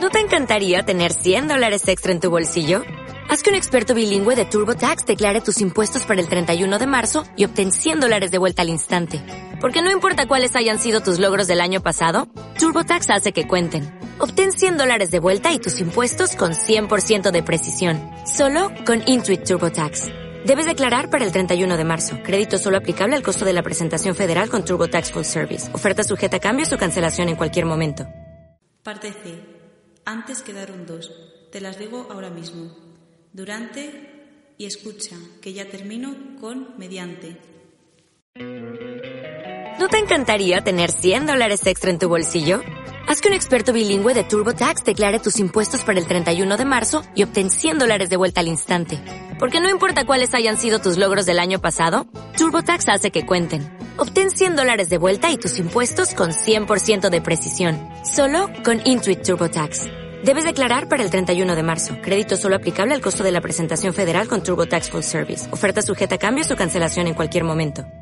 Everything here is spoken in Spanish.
¿No te encantaría tener $100 extra en tu bolsillo? Haz que un experto bilingüe de TurboTax declare tus impuestos para el 31 de marzo y obtén $100 de vuelta al instante. Porque no importa cuáles hayan sido tus logros del año pasado, TurboTax hace que cuenten. Obtén $100 de vuelta y tus impuestos con 100% de precisión. Solo con Intuit TurboTax. Debes declarar para el 31 de marzo. Crédito solo aplicable al costo de la presentación federal con TurboTax Full Service. Oferta sujeta a cambios o cancelación en cualquier momento. Parte C. Antes quedaron dos. Te las digo ahora mismo. Durante y escucha, que ya termino con mediante. ¿No te encantaría tener $100 extra en tu bolsillo? Haz que un experto bilingüe de TurboTax declare tus impuestos para el 31 de marzo y obtén $100 de vuelta al instante. Porque no importa cuáles hayan sido tus logros del año pasado, TurboTax hace que cuenten. Obtén $100 de vuelta y tus impuestos con 100% de precisión. Solo con Intuit TurboTax. Debes declarar para el 31 de marzo. Crédito solo aplicable al costo de la presentación federal con TurboTax Full Service. Oferta sujeta a cambios o cancelación en cualquier momento.